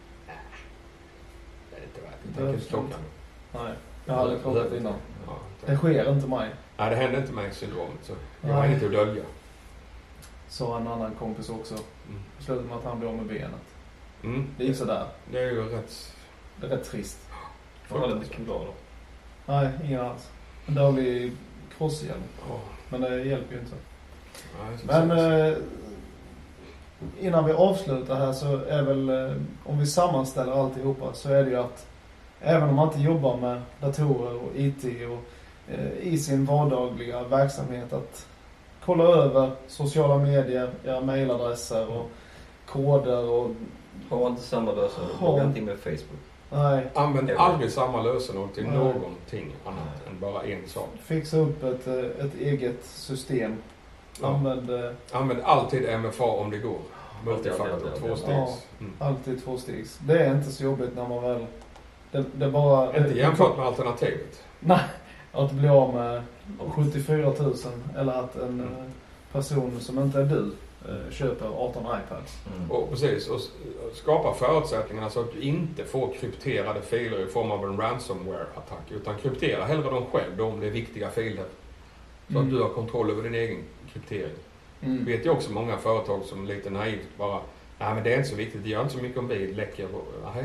Det är inte värt. Det är inte klockan. Nej, jag har aldrig kollat innan. Ja, det sker inte mig. Nej, det händer inte mig syndromet. Så jag har inget att dölja. Så en annan kompis också. Slutade med att han blev av med benet. Det gick sådär. Det är ju rätt... Det är rätt trist. Får man inte kvar då? Nej, ingen alls. En daglig crosshjälm. Men det hjälper ju inte. Nej, men innan vi avslutar här så är väl, om vi sammanställer alltihopa så är det ju att även om man inte jobbar med datorer och IT och i sin vardagliga verksamhet att kolla över sociala medier, era mailadresser och koder och... Ha inte samma lösenord, logga inte med Facebook. Nej. Använd aldrig samma lösenord till någonting annat än bara en sak. Fixa upp ett eget system Använd alltid MFA om det går. Multifaktor, 2-stegs. Ja, alltid 2-stegs. Det är inte så jobbigt när man väl... Det bara... Inte jämfört med alternativet. Nej, att bli av med 74 000 eller att en person som inte är du köper 18 iPads. Och precis, och skapa förutsättningarna så att du inte får krypterade filer i form av en ransomware-attack, utan kryptera hellre dem själv om det är viktiga filer. Så att du har kontroll över din egen kryptering. Vet jag också många företag som lite naivt bara, nej men det är inte så viktigt, det gör inte så mycket om bil läcker. Nej.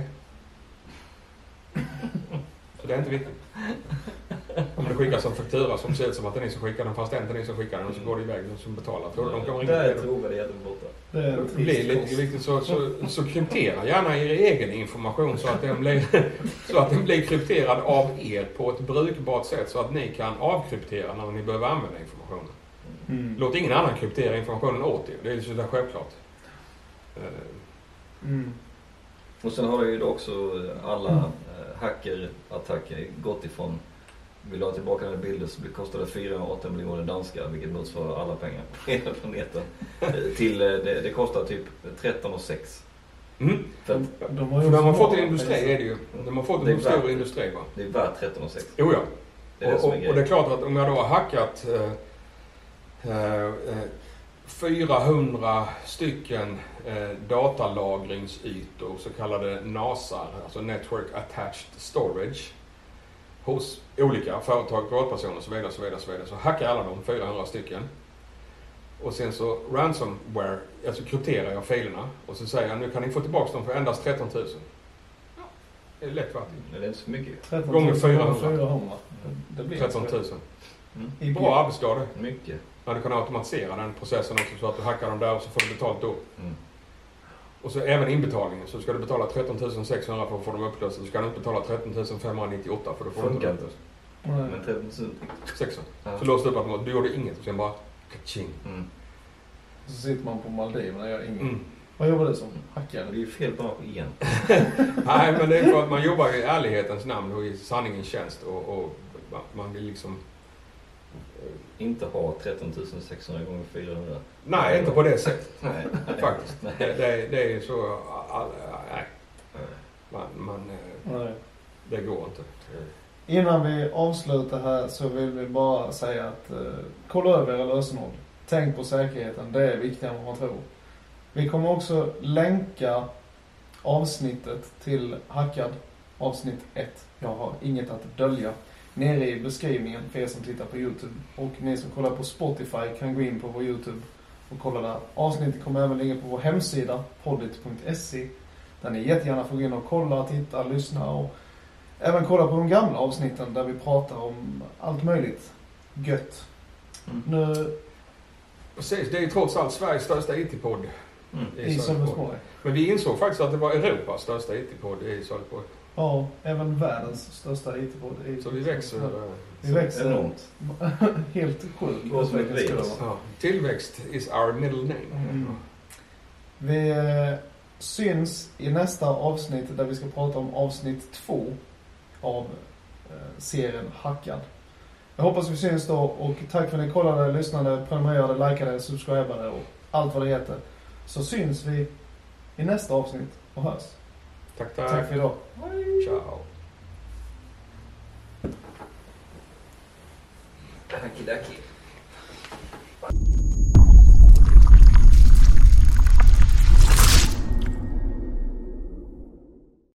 Så det är inte viktigt. Om det skickas en faktura som ser ut som att det är ni som skickar den, fast det är inte ni som skickar den, och så går det iväg den som betalar. Tror du de kommer det är trovärdigheten borta. Det blir lite viktigt, så kryptera gärna er egen information så att den blir krypterad av er på ett brukbart sätt så att ni kan avkryptera när ni behöver använda informationen. Låt ingen annan kryptera informationen åt er. Det är så där självklart. Och sen har det ju också alla hackerattacker gått ifrån, vill du ha tillbaka den bilden så kostar det 408 miljoner danska, vilket motsvarar alla pengar på hela planeten. Till det kostar typ 13,6. För de har fått en industri är det ju. De har fått en stor industri, va? Det är värt 13,6. Jo ja. Och det är klart att om jag då har hackat 400 stycken datalagringsytor, så kallade NASAR, alltså Network Attached Storage, hos olika företag, privatpersoner och så vidare, så hackar alla de 400 stycken. Och sen så ransomware, alltså krypterar jag filerna och så säger jag, nu kan ni få tillbaka dem för endast 13 000. Ja, det är lätt vatten. Det är inte så mycket. 13 gånger 400. Det blir 13 000. Bra arbetsskade. Mycket. Ja, du kan automatisera den processen också så att du hackar dem där och så får du betalt då. Och så även inbetalningen, så ska du betala 13 600 för att få dem upplösta. Du ska inte betala 13 598 för att få dem upplösta. Men 13 600. Så låste upp att du gjorde inget och sen bara kaching. Så sitter man på Maldiverna och gör inget. Vad jobbar du som hackare? Det är ju fel på igen. Nej, men det är för att man jobbar i ärlighetens namn och i sanningens tjänst och man vill liksom inte ha 13 600 gånger 400. Nej, inte på det sättet. Nej. Faktiskt. Det är så... Nej. Det går inte. Innan vi avslutar här så vill vi bara säga att kolla över era lösenord. Tänk på säkerheten, det är viktigare än vad man tror. Vi kommer också länka avsnittet till Hackad, avsnitt 1. Jag har inget att dölja. Nere i beskrivningen för er som tittar på YouTube. Och ni som kollar på Spotify kan gå in på vår YouTube och kolla där. Avsnittet kommer även ligga på vår hemsida, poddit.se. Där ni jättegärna får gå in och kolla, titta, lyssna och även kolla på de gamla avsnitten där vi pratar om allt möjligt gött. Nu... Precis, det är ju trots allt Sveriges största IT-podd i Sölvesborg. Men vi insåg faktiskt att det var Europas största IT-podd i Sölvesborg. Ja, även världens största IT-podd. Så vi växer. Vi växer enormt. Helt sjukt. Ja. Tillväxt is our middle name. Vi syns i nästa avsnitt där vi ska prata om avsnitt 2 av serien Hackad. Jag hoppas vi syns då och tack för att ni kollade, lyssnade, prenumererade, likade, subscribade och allt vad det heter. Så syns vi i nästa avsnitt och hörs. Tack för idag. Ciao. Hacky-dacky.